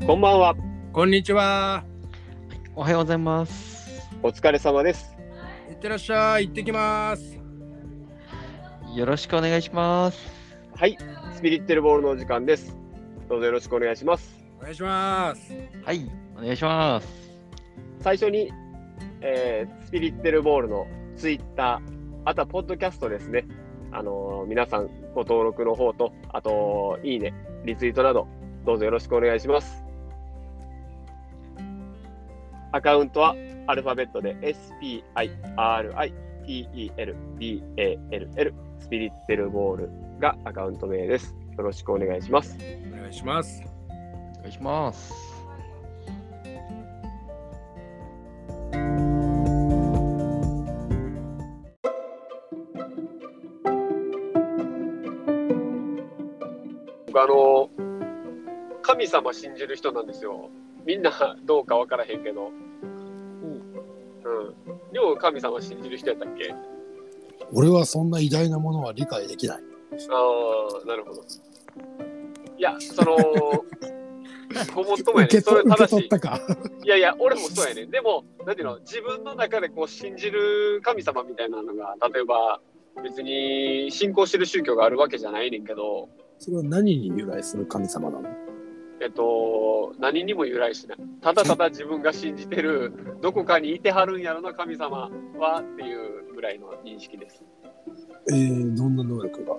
こんばんは。 こんにちは。 おはようございます。 お疲れ様です。 いってらっしゃい。行ってきます。 よろしくお願いします。 はい、スピリッテルボールのお時間です。どうぞよろしくお願いします。 お願いします。 はい、お願いします。 最初に、スピリッテルボールのツイッター、あとはポッドキャストですね。皆さんご登録の方と、あといいね、リツイートなどどうぞよろしくお願いします。アカウントはアルファベットで SPIRITELBALL スピリッテルボールがアカウント名です。よろしくお願いします。 お願いします。 お願いします。 僕神様信じる人なんですよ。みんなどうかわからへんけど。りょう神様信じる人やったっけ？ 俺はそんな偉大なものは理解できない。 ああ、なるほど。いや、ごもっともやね。それ正しい。いやいや、俺もそうやね。でも、なんていうの、自分の中でこう信じる神様みたいなのが、例えば、別に信仰してる宗教があるわけじゃないねんけど、 それは何に由来する神様なの？ 何にも由来しない。ただただ自分が信じてる、どこかにいてはるんやろな神様はっていうぐらいの認識です。 どんな能力が？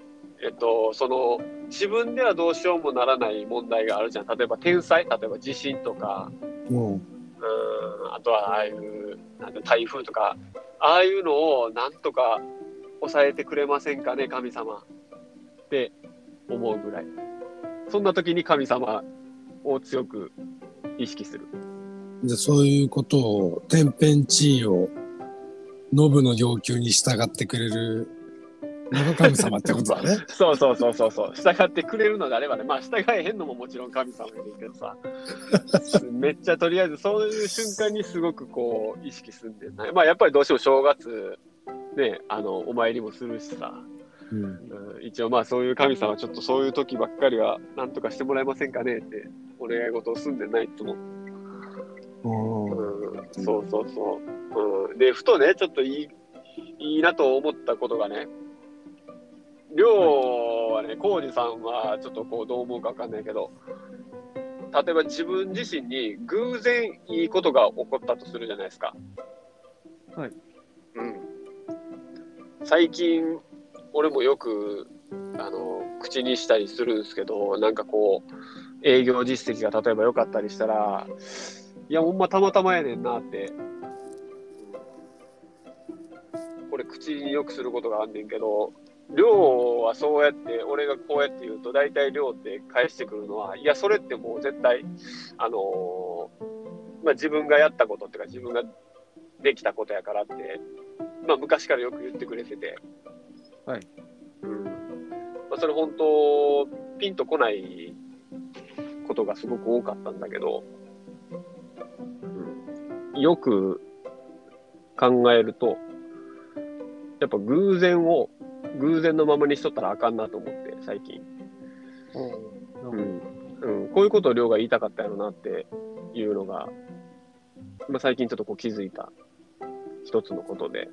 自分ではどうしようもならない問題があるじゃん。例えば天災、例えば地震とか、あとはああいう台風とか、ああいうのをなんとか抑えてくれませんかね、神様って思うぐらい。そんな時に神様を強く意識する。 じゃあそういうことを天変地異をノブの要求に従ってくれるのが神様ってことだね。 そう。従ってくれるのであればね。まあ従えへんのももちろん神様やねんけどさ。めっちゃとりあえずそういう瞬間にすごくこう意識すんでない。まあやっぱりどうしても正月ね、お参りもするしさ。一応まあそういう神様ちょっとそういう時ばっかりは何とかしてもらえませんかねってお願い事をすんでないと思う。そう、でふとねちょっといいなと思ったことがね、りょうはね、浩二さんはちょっとこうどう思うか分かんないけど、例えば自分自身に偶然いいことが起こったとするじゃないですか。 はい。 最近俺もよく口にしたりするんですけど、なんかこう営業実績が例えば良かったりしたら、いやほんまたまたまやねんなって、これ口によくすることがあんねんけど、亮はそうやって俺がこうやって言うと大体亮って返してくるのは、いやそれってもう絶対自分がやったことっていうか自分ができたことやからって、昔からよく言ってくれてて、 はい。 それ本当ピンとこないことがすごく多かったんだけど、よく考えるとやっぱ偶然のままにしとったらあかんなと思って最近。こういうことを亮が言いたかったやろなっていうのが、最近ちょっとこう気づいた一つのことで、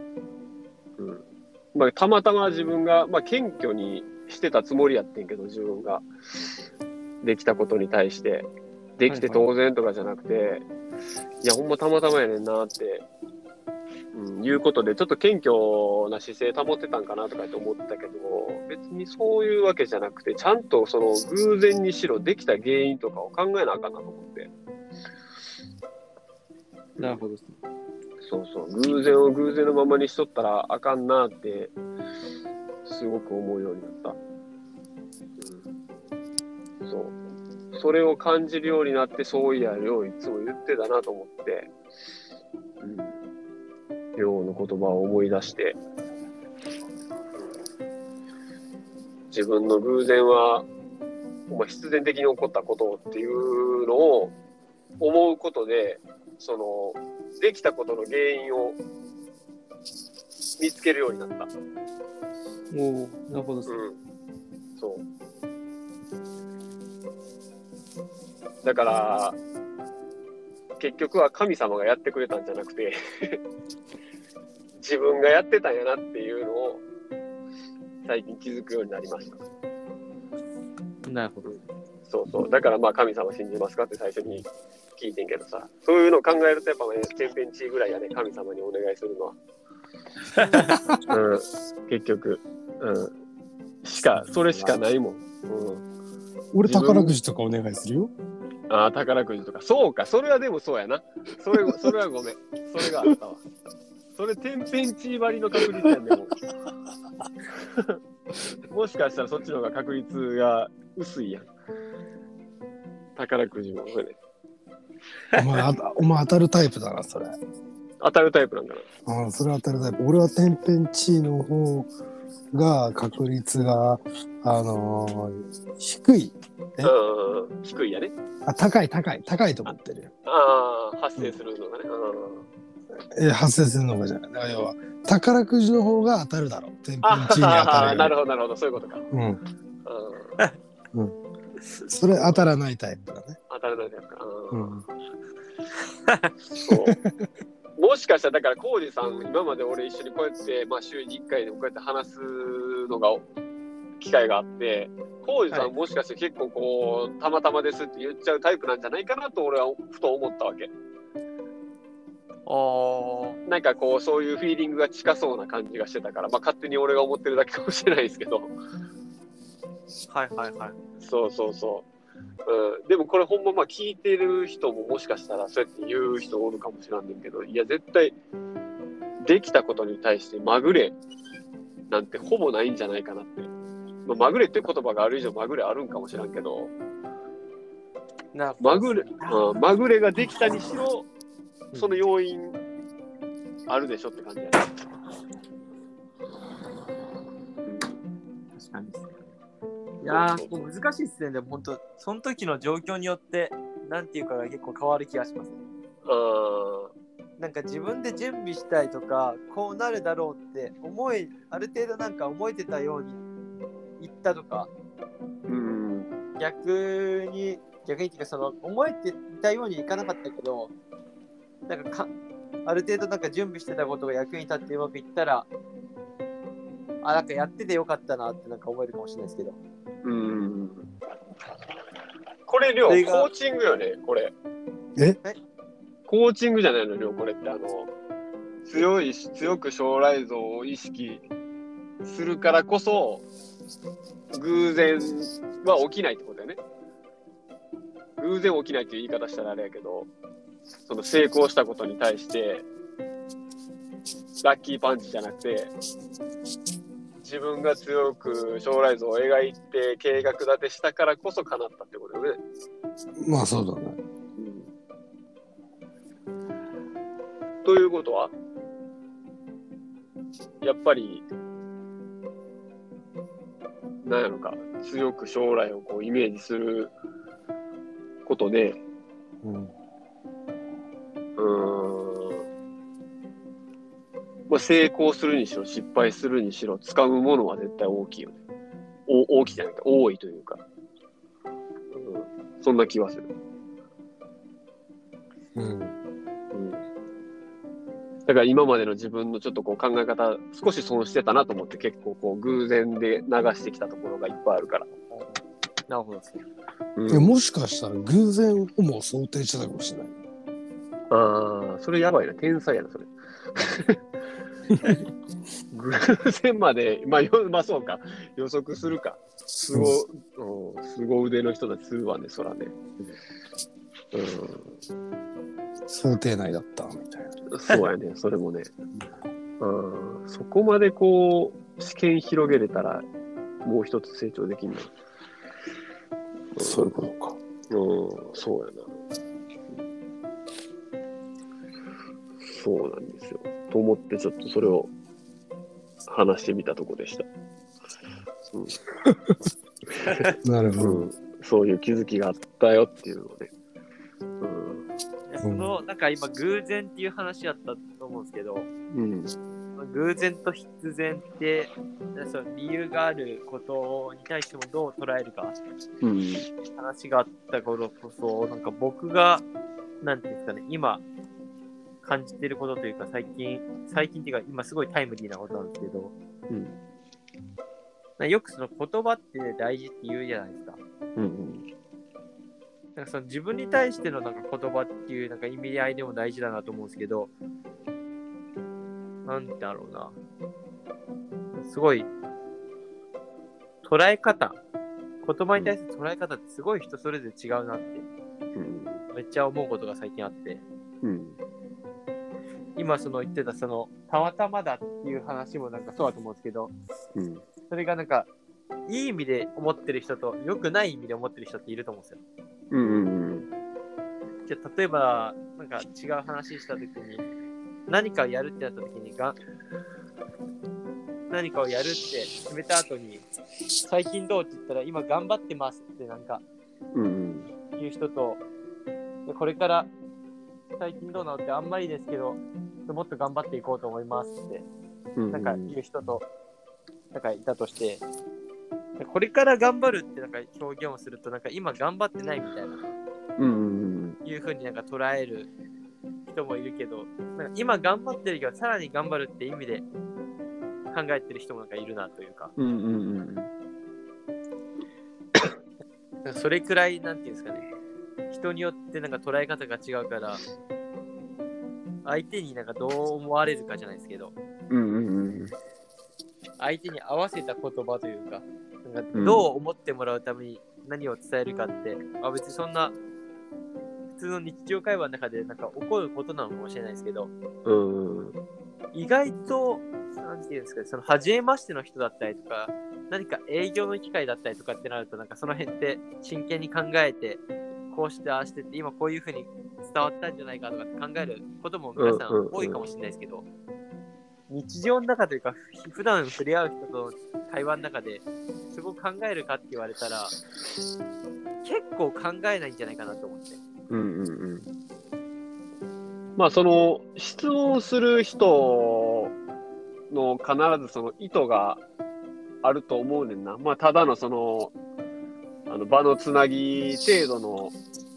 たまたま自分が、謙虚にしてたつもりやってんけど、自分ができたことに対してできて当然とかじゃなくて、いやほんまたまたまやねんなっていうことで、ちょっと謙虚な姿勢保ってたんかなとかって思ってたけど、別にそういうわけじゃなくて、ちゃんとその偶然にしろできた原因とかを考えなあかんなと思って。 なるほど。 偶然を偶然のままにしとったらあかんなってすごく思うようになった。それを感じるようになって、そういや亮いつも言ってたなと思って、亮の言葉を思い出して、自分の偶然は必然的に起こったことっていうのを思うことで、できたことの原因を見つけるようになった。 なるほど。 だから結局は神様がやってくれたんじゃなくて自分がやってたんやなっていうのを最近気づくようになりました。 なるほど。 そうそう。だからまあ神様信じますかって最初に聞いてんけどさ、そういうのを考えるとやっぱね、天変地異ぐらいやね、神様にお願いするのは。結局、それしかないもん。 俺宝くじとかお願いするよ。 ああ、宝くじとか。そうか、それはでもそうやな。それはごめん。それがあったわ。それ天変地異張りの確率やんでも。もしかしたらそっちの方が確率が薄いやん。宝くじもね。 お前当たるタイプだな、それ。 当たるタイプなんかな。 ああ、それ当たるタイプ。俺は天変地異の方が確率が、低い。 低いやね。 高いと思ってるよ。 ああ、発生するのがね。 発生するのがじゃない。だから要は、宝くじの方が当たるだろう。天変地異に当たるよ。 なるほど、なるほど。そういうことか。 それ当たらないタイプだね。 当たらないタイプか。そうもしかしたらだから浩二さん今まで俺一緒にこうやって、まあ、週に1回でもこうやって話すのが機会があって浩二さんもしかして結構こうたまたまですって言っちゃうタイプなんじゃないかなと俺はふと思ったわけ。なんかこうそういうフィーリングが近そうな感じがしてたから、まあ、勝手に俺が思ってるだけかもしれないですけど。 はいはいはい。 そうそうそう。でもこれほんままあ聞いてる人ももしかしたらそうやって言う人おるかもしれんねんけど、いや絶対できたことに対してまぐれなんてほぼないんじゃないかなって。まあ、まぐれって言葉がある以上まぐれあるんかもしれんけど、まぐれができたにしろその要因あるでしょって感じやね。 確かにですね。いやー、もう難しいっすね。でも本当、その時の状況によって、なんていうかが結構変わる気がします。なんか自分で準備したいとか、こうなるだろうってある程度なんか思えてたように言ったとか、逆にっていうかその思えてたようにいかなかったけど、なんかある程度なんか準備してたことが役に立ってうまくいったら、なんかやっててよかったなってなんか思えるかもしれないですけど。 これコーチングよね、これ。コーチングじゃないの、これって強く将来像を意識するからこそ偶然は起きないってことだよね。偶然起きないっていう言い方したらあれやけど、その成功したことに対してラッキーパンチじゃなくて、自分が強く将来像を描いて計画立てしたからこそ叶ったってことよね。 まあそうだね。 ということはやっぱり何やろか、強く将来をこうイメージすることで、まあ、成功するにしろ失敗するにしろ使うものは絶対大きいよね。大きいじゃなくて多いというか、そんな気はする。だから今までの自分のちょっとこう考え方少し損してたなと思って、結構こう偶然で流してきたところがいっぱいあるから。 なるほどですね。 もしかしたら偶然をも想定してたかもしれない。 それやばいな、天才やなそれ。偶然まで、まあそうか、予測するか。すご腕の人たちするわね、そらね。 想定内だったみたいな。 そうやね、それもね。そこまでこう視点広げれたらもう一つ成長できんの。 そういうことか。 そうやな。そうなんですよ。と思ってちょっとそれを話してみたとこでした。 なるほど、 そういう気づきがあったよっていうのをね。 そのなんか今偶然っていう話やったと思うんですけど、 偶然と必然ってその理由があることに対してもどう捉えるか、話があった頃こそ、なんか僕がなんていうんですかね、今感じてることというか、最近っていうか今すごいタイムリーなことなんですけど、よくその言葉って大事って言うじゃないですか。なんかその自分に対してのなんか言葉っていうなんか意味合いでも大事だなと思うんですけど、なんだろうな。すごい捉え方、言葉に対する捉え方ってすごい人それぞれ違うなって、めっちゃ思うことが最近あって、今その言ってたそのたまたまだっていう話もなんかそうだと思うんですけど、それがなんかいい意味で思ってる人と良くない意味で思ってる人っていると思うんですよ。じゃあ例えばなんか違う話したときに何かをやるってなったときに何かをやるって決めた後に最近どうって言ったら今頑張ってますってなんか言う人と、これから最近どうなのってあんまりですけどもっと頑張っていこうと思いますってなんか言う人となんかいたとして、これから頑張るってなんか表現をするとなんか今頑張ってないみたいないう風になんか捉える人もいるけど、なんか今頑張ってるけどさらに頑張るって意味で考えてる人もなんかいるなというか、なんかそれくらいなんていうんですかね、人によってなんか捉え方が違うから相手になんかどう思われるかじゃないですけど、相手に合わせた言葉というか、なんかどう思ってもらうために何を伝えるかって、別にそんな普通の日常会話の中でなんか起こることなのかもしれないですけど、意外となんていうんですかね、その初めましての人だったりとか何か営業の機会だったりとかってなると、なんかその辺って真剣に考えてこうしてああしてって今こういう風に伝わったんじゃないかとかって考えることも皆さん多いかもしれないですけど、日常の中というか普段触れ合う人との会話の中でそこを考えるかって言われたら結構考えないんじゃないかなと思って。 まあその質問する人の必ずその意図があると思うねんな。まあただのその場のつなぎ程度の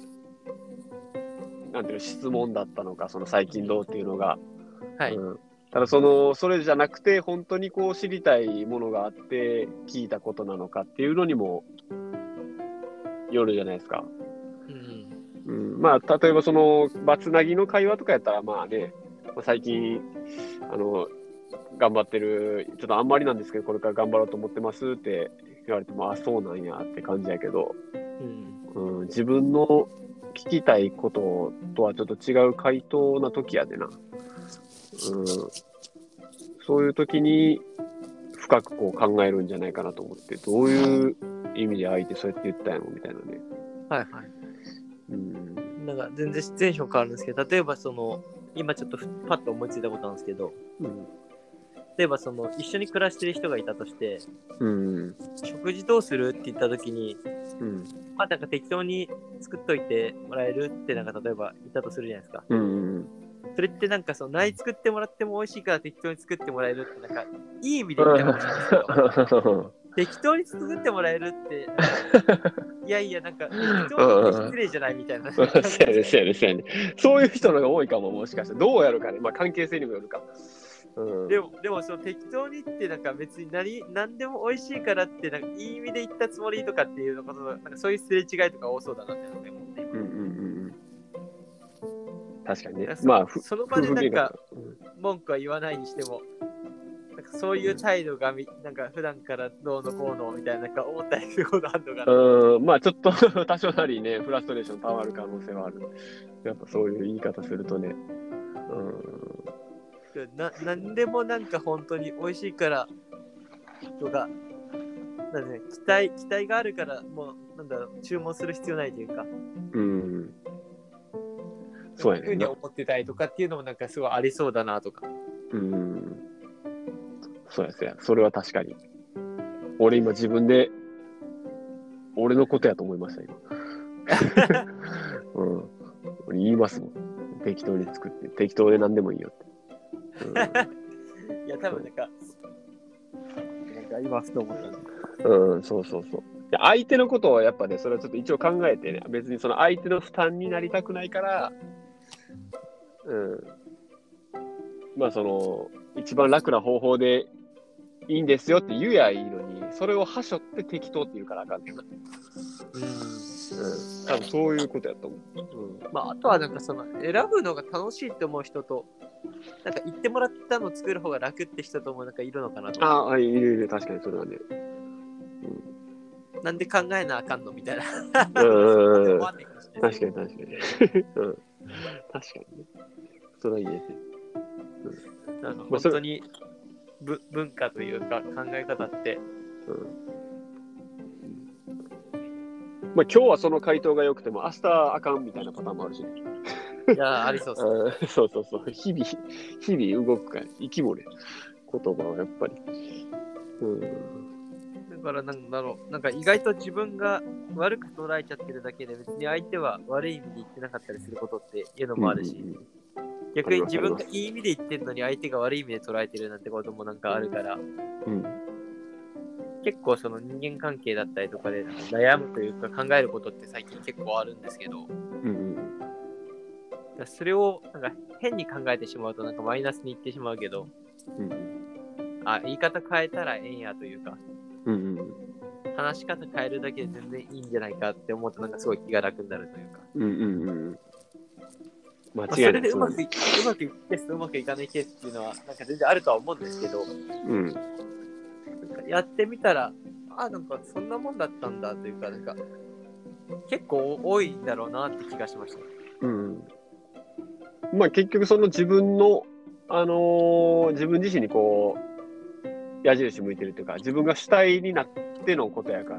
なんていうの質問だったのか、その最近どうっていうのが、ただそれじゃなくて本当にこう知りたいものがあって聞いたことなのかっていうのにもよるじゃないですか。まあ例えばその場つなぎの会話とかやったらまあね、最近頑張ってる、ちょっとあんまりなんですけどこれから頑張ろうと思ってますって言われても、あ、そうなんやって感じやけど、自分の聞きたいこととはちょっと違う回答な時やでな。そういう時に深くこう考えるんじゃないかなと思って、どういう意味で相手そうやって言ったんやろみたいなね。 なんか全然シチュエーション変わるんですけど、例えばその今ちょっとパッと思いついたことなんですけど、例えばその一緒に暮らしてる人がいたとして、食事どうするって言った時に、なんか適当に作っといてもらえるってなんか例えば言ったとするじゃないですか。それってなんかその何作ってもらっても美味しいから適当に作ってもらえるってなんかいい意味で言ったかもしれないですけど、適当に作ってもらえるっていやいやなんか適当に失礼じゃないみたいな。そうやね。そういう人のが多いかも、もしかして。どうやるかね。まあ関係性にもよるか。 でもその適当にってなんか別に何でも美味しいからってなんかいい意味で言ったつもりとかっていうのことなんかそういうすれ違いとか多そうだなって思って。 確かにね。まあその場でなんか文句は言わないにしても、なんかそういう態度がなんか普段からどうのこうのみたいななんか思ったりすることあるのかな。 まあちょっと多少なりねフラストレーションたまる可能性はある。やっぱそういう言い方するとね。 なんでもなんか本当に美味しいからとか、なんで、期待があるからもうなんだろう、注文する必要ないというか。そういうふうに思ってたりとかっていうのもなんかすごいありそうだなとか。 そうですね。それは確かに。俺今自分で俺のことやと思いました今。俺言いますもん。適当に作って適当で何でもいいよって。 いや、多分なんか今ふと思ったんで。 そうそうそう。相手のことをやっぱね、それはちょっと一応考えてね、別にその相手の負担になりたくないから、まあその、一番楽な方法でいいんですよって言えばいいのに、それをはしょって適当って言うからあかんねんな。多分そういうことやと思う。 まあ、あとはなんかその選ぶのが楽しいって思う人と、なんか言ってもらったのを作る方が楽って人ともなんかいるのかなと。 ああ、いるいる、確かにそれはね。 なんで考えなあかんのみたいな。 確かに確かに。確かにね。それはいいですね。 本当に文化というか考え方って。 まあ今日はその回答が良くても明日あかんみたいなパターンもあるしね。 いや、ありそうです。 そうそうそう。日々動くから、生き物や。言葉はやっぱり。 だからなんだろう、なんか意外と自分が悪く捉えちゃってるだけで別に相手は悪い意味で言ってなかったりすることっていうのもあるし、逆に自分がいい意味で言ってるのに相手が悪い意味で捉えてるなんてこともなんかあるから、結構その人間関係だったりとかで悩むというか考えることって最近結構あるんですけど、それをなんか変に考えてしまうとなんかマイナスに言ってしまうけど、言い方変えたらええんやというか、話し方変えるだけで全然いいんじゃないかって思うとなんかすごい気が楽になるというか。 間違いない。 それでうまくいくケースとうまくいかないケースっていうのはなんか全然あるとは思うんですけど、なんかやってみたらなんかそんなもんだったんだというか、なんか結構多いんだろうなって気がしました。 まあ結局その自分の自分自身にこう矢印向いてるというか、自分が主体になってのことやから、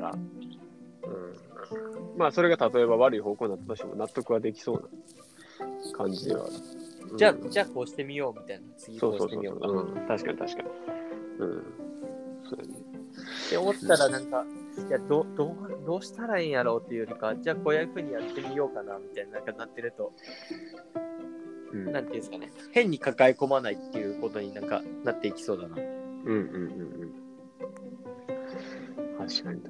まあそれが例えば悪い方向になったとしても納得はできそうな感じではある。 じゃあこうしてみようみたいな。次こうしてみよう。 確かに。そうだね。 って思ったらなんか、いやどうしたらいいんやろうっていうよりか、じゃあこういう風にやってみようかなみたいな、なんかなってると、なんていうんですかね、変に抱え込まないっていうことになんかなっていきそうだな。 確かに。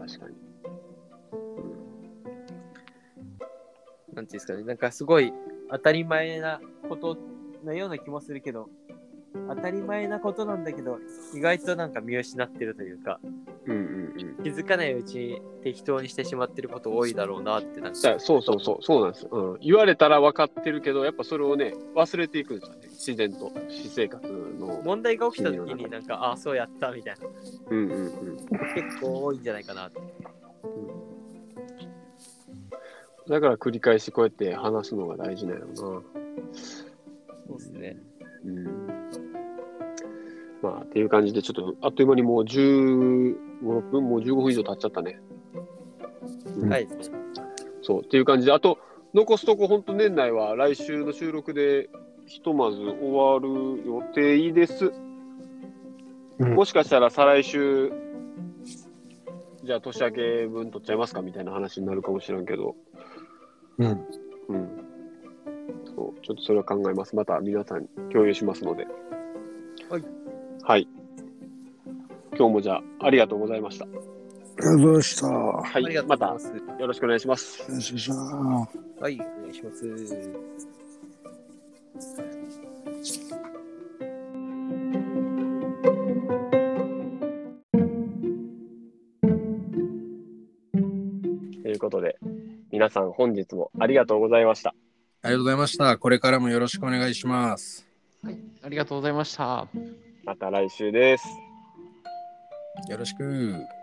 なんていうんですかね、なんかすごい当たり前なことのような気もするけど、当たり前なことなんだけど、意外となんか見失ってるというか、気づかないうちに適当にしてしまってること多いだろうなってなんか。 そうなんですよ。言われたら分かってるけど、やっぱそれをね、忘れていくんですよね。自然と、私生活の。 問題が起きた時になんか、そうやったみたいな。結構多いんじゃないかなって。 だから繰り返しこうやって話すのが大事なのな。 そうですね。 まあ、っていう感じで、ちょっとあっという間にもう15分、もう15分以上経っちゃったね。 はい。 そう、っていう感じで、あと、残すとこ、本当年内は来週の収録で、ひとまず終わる予定です。もしかしたら再来週、じゃあ年明け分取っちゃいますかみたいな話になるかもしれんけど。そう、ちょっとそれは考えます。また皆さんに共有しますので。はい。今日もじゃあ、ありがとうございました。 ありがとうございました。 はい、またよろしくお願いします。 はい、お願いします。 ということで、皆さん本日もありがとうございました。 ありがとうございました。これからもよろしくお願いします。 はい、ありがとうございました。 また来週です。 よろしく。